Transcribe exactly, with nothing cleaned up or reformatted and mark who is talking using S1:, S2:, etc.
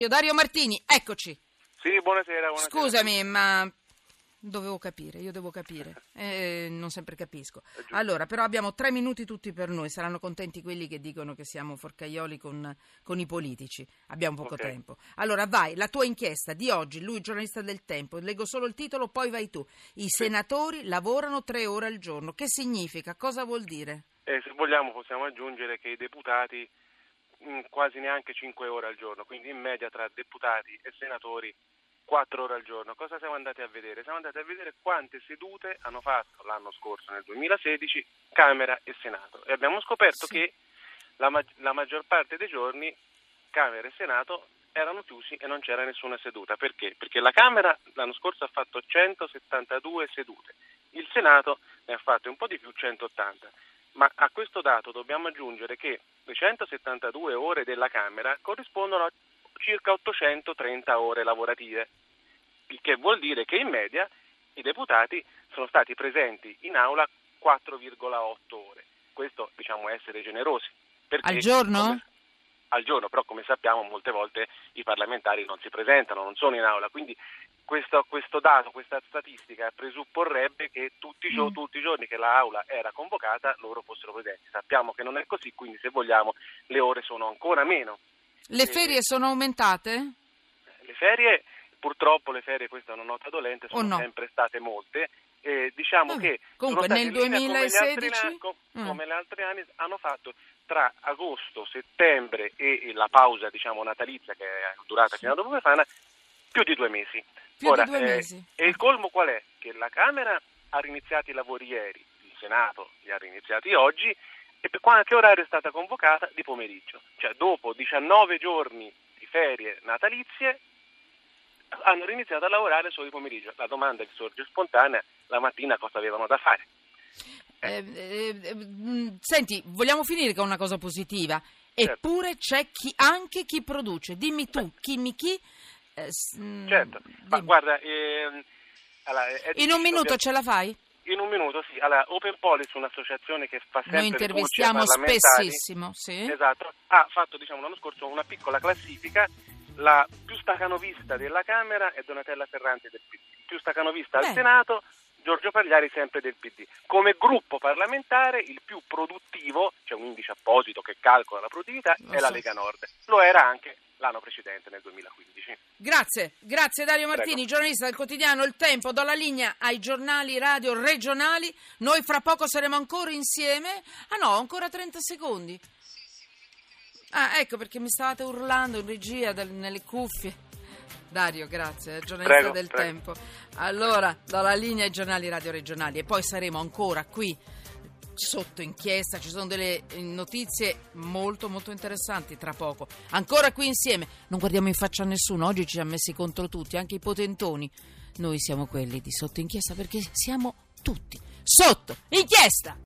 S1: Io Dario Martini, eccoci.
S2: Sì, buonasera, buonasera.
S1: Scusami, ma dovevo capire, io devo capire, eh, non sempre capisco. Allora, però abbiamo tre minuti tutti per noi, saranno contenti quelli che dicono che siamo forcaioli con, con i politici, abbiamo poco
S2: Okay.
S1: tempo. Allora vai, la tua inchiesta di oggi, lui giornalista del Tempo, leggo solo il titolo, poi vai tu. I senatori lavorano tre ore al giorno, che significa? Cosa vuol dire?
S2: E se vogliamo possiamo aggiungere che i deputati mh, quasi neanche cinque ore al giorno, quindi in media tra deputati e senatori quattro ore al giorno. Cosa siamo andati a vedere? Siamo andati a vedere quante sedute hanno fatto l'anno scorso, nel duemilasedici, Camera e Senato, e abbiamo scoperto
S1: Sì.
S2: che la, ma- la maggior parte dei giorni Camera e Senato erano chiusi e non c'era nessuna seduta. Perché? Perché la Camera l'anno scorso ha fatto centosettantadue sedute, il Senato ne ha fatte un po' di più, centottanta. Ma a questo dato dobbiamo aggiungere che le centosettantadue ore della Camera corrispondono a circa ottocentotrenta ore lavorative, il che vuol dire che in media i deputati sono stati presenti in aula quattro virgola otto ore. Questo, diciamo, è essere generosi. Perché,
S1: Al giorno?
S2: come- al giorno, però come sappiamo molte volte i parlamentari non si presentano, non sono in aula, quindi questo, questo dato, questa statistica presupporrebbe che tutti i, gio-
S1: Mm.
S2: tutti i giorni che l'aula era convocata loro fossero presenti. Sappiamo che non è così, quindi se vogliamo le ore sono ancora meno.
S1: Le
S2: Eh,
S1: ferie sono aumentate?
S2: Le ferie, purtroppo le ferie, questa è una nota dolente, sono
S1: O no?
S2: sempre state molte. Eh, diciamo
S1: Vabbè,
S2: che
S1: comunque
S2: sono stati
S1: nel
S2: in linea come gli altri
S1: duemilasedici?
S2: anni- co-
S1: Mm.
S2: come gli altri anni hanno fatto tra agosto, settembre e la pausa, diciamo, natalizia, che è durata fino a dopo Befana, più di due mesi.
S1: Più
S2: Ora,
S1: di due
S2: eh,
S1: mesi.
S2: e il colmo qual è? Che la Camera ha riniziato i lavori ieri, il Senato li ha riniziati oggi, e per qua- che orario è stata convocata? Di pomeriggio. Cioè dopo diciannove giorni di ferie natalizie hanno riniziato a lavorare solo di pomeriggio. La domanda che sorge spontanea: la mattina cosa avevano da fare?
S1: Eh, eh, eh, mh, senti, vogliamo finire con una cosa positiva.
S2: Certo.
S1: Eppure c'è chi, anche chi produce. Dimmi tu, chi mi chi? eh, s- mh,
S2: Certo, ma
S1: dimmi.
S2: guarda, ehm, allora, è
S1: In un
S2: difficile,
S1: minuto
S2: ovvia-
S1: ce la fai?
S2: In un minuto, sì. Allora, Open Policy, un'associazione che fa sempre
S1: Noi
S2: le voci ai
S1: intervistiamo
S2: parlamentari,
S1: spessissimo, sì.
S2: esatto, ha fatto, diciamo, l'anno scorso una piccola classifica. La più stacanovista della Camera è Donatella Ferranti del P D, più stacanovista al
S1: Beh.
S2: Senato Giorgio Pagliari, sempre del P D. Come gruppo parlamentare il più produttivo, c'è un indice apposito che calcola la produttività,
S1: Lo
S2: è la
S1: so.
S2: Lega Nord. Lo era anche l'anno precedente, nel duemilaquindici.
S1: Grazie, grazie Dario Martini,
S2: Prego.
S1: giornalista del quotidiano Il Tempo. Do la linea ai giornali radio regionali. Noi fra poco saremo ancora insieme. Ah no, ancora trenta secondi. Ah, ecco perché mi stavate urlando in regia del- nelle cuffie. Dario, grazie, giornalista
S2: Prego,
S1: del
S2: prego.
S1: Tempo. Allora, do la linea ai giornali radio regionali e poi saremo ancora qui sotto inchiesta. Ci sono delle notizie molto molto interessanti tra poco. Ancora qui insieme. Non guardiamo in faccia a nessuno. Oggi ci ha messi contro tutti, anche i potentoni. Noi siamo quelli di sotto inchiesta perché siamo tutti sotto inchiesta.